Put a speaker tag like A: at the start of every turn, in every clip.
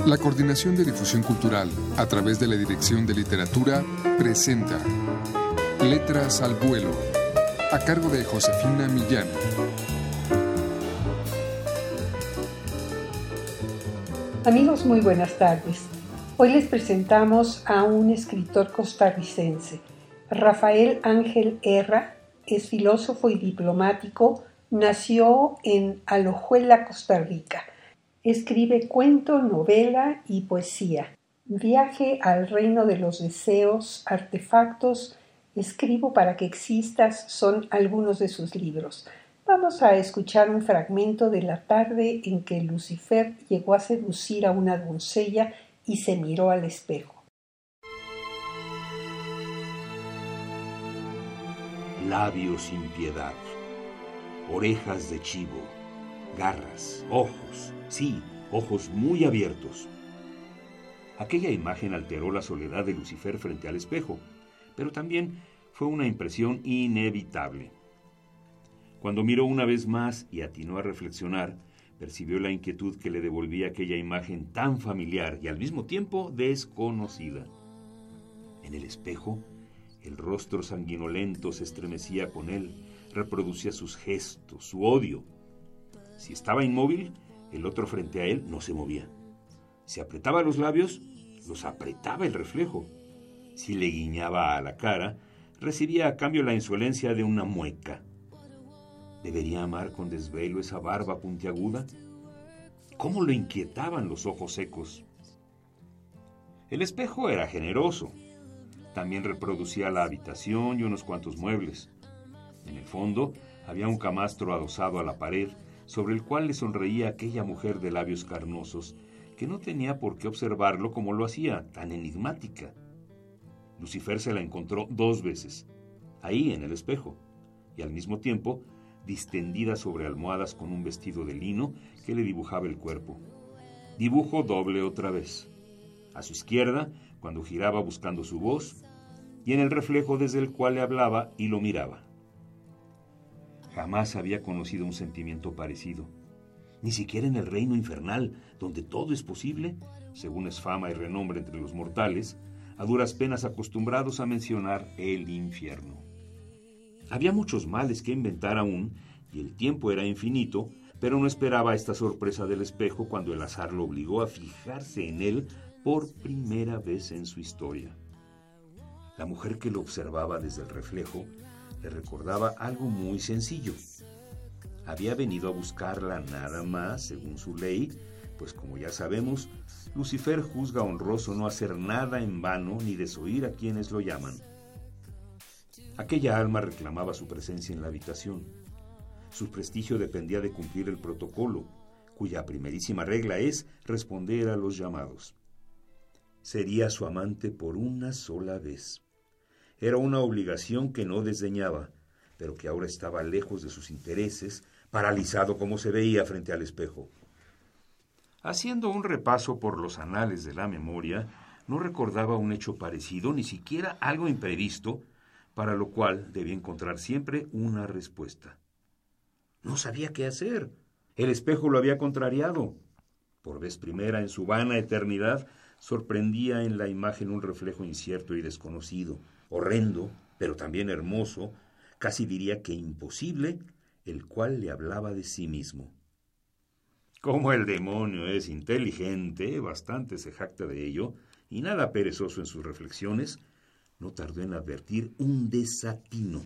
A: La Coordinación de Difusión Cultural, a través de la Dirección de Literatura, presenta Letras al Vuelo, a cargo de Josefina Millán.
B: Amigos, muy buenas tardes. Hoy les presentamos a un escritor costarricense. Rafael Ángel Erra es filósofo y diplomático. Nació en Alajuela, Costa Rica. Escribe cuento, novela y poesía. Viaje al reino de los deseos, artefactos, escribo para que existas son algunos de sus libros. Vamos a escuchar un fragmento de la tarde en que Lucifer llegó a seducir a una doncella y se miró al espejo.
C: Labios sin piedad, orejas de chivo, garras, ojos, sí, ojos muy abiertos. Aquella imagen alteró la soledad de Lucifer frente al espejo, pero también fue una impresión inevitable. Cuando miró una vez más y atinó a reflexionar, percibió la inquietud que le devolvía aquella imagen tan familiar y al mismo tiempo desconocida. En el espejo, el rostro sanguinolento se estremecía con él, reproducía sus gestos, su odio. Si estaba inmóvil, el otro frente a él no se movía. Si apretaba los labios, los apretaba el reflejo. Si le guiñaba a la cara, recibía a cambio la insolencia de una mueca. ¿Debería amar con desvelo esa barba puntiaguda? ¿Cómo lo inquietaban los ojos secos? El espejo era generoso. También reproducía la habitación y unos cuantos muebles. En el fondo había un camastro adosado a la pared, sobre el cual le sonreía aquella mujer de labios carnosos, que no tenía por qué observarlo como lo hacía, tan enigmática. Lucifer se la encontró 2 veces, ahí en el espejo, y al mismo tiempo distendida sobre almohadas con un vestido de lino que le dibujaba el cuerpo. Dibujo doble otra vez. A su izquierda, cuando giraba buscando su voz, y en el reflejo desde el cual le hablaba y lo miraba. Jamás había conocido un sentimiento parecido. Ni siquiera en el reino infernal, donde todo es posible, según es fama y renombre entre los mortales, a duras penas acostumbrados a mencionar el infierno. Había muchos males que inventar aún, y el tiempo era infinito, pero no esperaba esta sorpresa del espejo cuando el azar lo obligó a fijarse en él por primera vez en su historia. La mujer que lo observaba desde el reflejo le recordaba algo muy sencillo. Había venido a buscarla nada más, según su ley, pues como ya sabemos, Lucifer juzga honroso no hacer nada en vano ni desoír a quienes lo llaman. Aquella alma reclamaba su presencia en la habitación. Su prestigio dependía de cumplir el protocolo, cuya primerísima regla es responder a los llamados. Sería su amante por una sola vez. Era una obligación que no desdeñaba, pero que ahora estaba lejos de sus intereses, paralizado como se veía frente al espejo. Haciendo un repaso por los anales de la memoria, no recordaba un hecho parecido, ni siquiera algo imprevisto, para lo cual debía encontrar siempre una respuesta. No sabía qué hacer. El espejo lo había contrariado. Por vez primera en su vana eternidad, sorprendía en la imagen un reflejo incierto y desconocido, horrendo, pero también hermoso, casi diría que imposible, el cual le hablaba de sí mismo. Como el demonio es inteligente, bastante se jacta de ello, y nada perezoso en sus reflexiones, no tardó en advertir un desatino.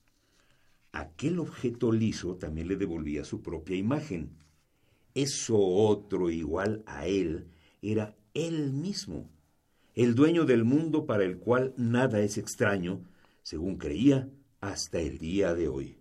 C: Aquel objeto liso también le devolvía su propia imagen. Eso otro igual a él era él mismo, el dueño del mundo para el cual nada es extraño, según creía hasta el día de hoy.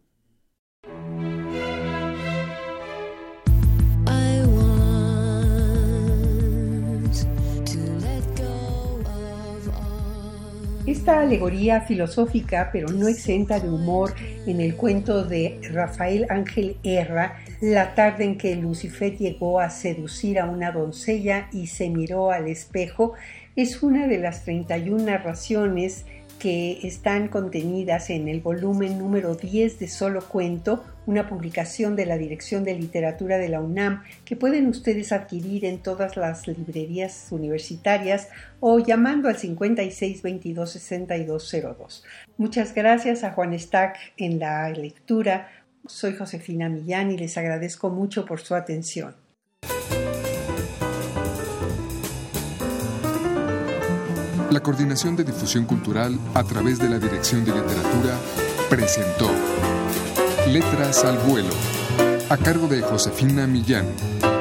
B: Esta alegoría filosófica, pero no exenta de humor, en el cuento de Rafael Ángel Erra, la tarde en que Lucifer llegó a seducir a una doncella y se miró al espejo, es una de las 31 narraciones que están contenidas en el volumen número 10 de Solo Cuento, una publicación de la Dirección de Literatura de la UNAM que pueden ustedes adquirir en todas las librerías universitarias o llamando al 5622-6202. Muchas gracias a Juan Stack en la lectura. Soy Josefina Millán y les agradezco mucho por su atención.
A: La Coordinación de Difusión Cultural a través de la Dirección de Literatura presentó Letras al Vuelo, a cargo de Josefina Millán.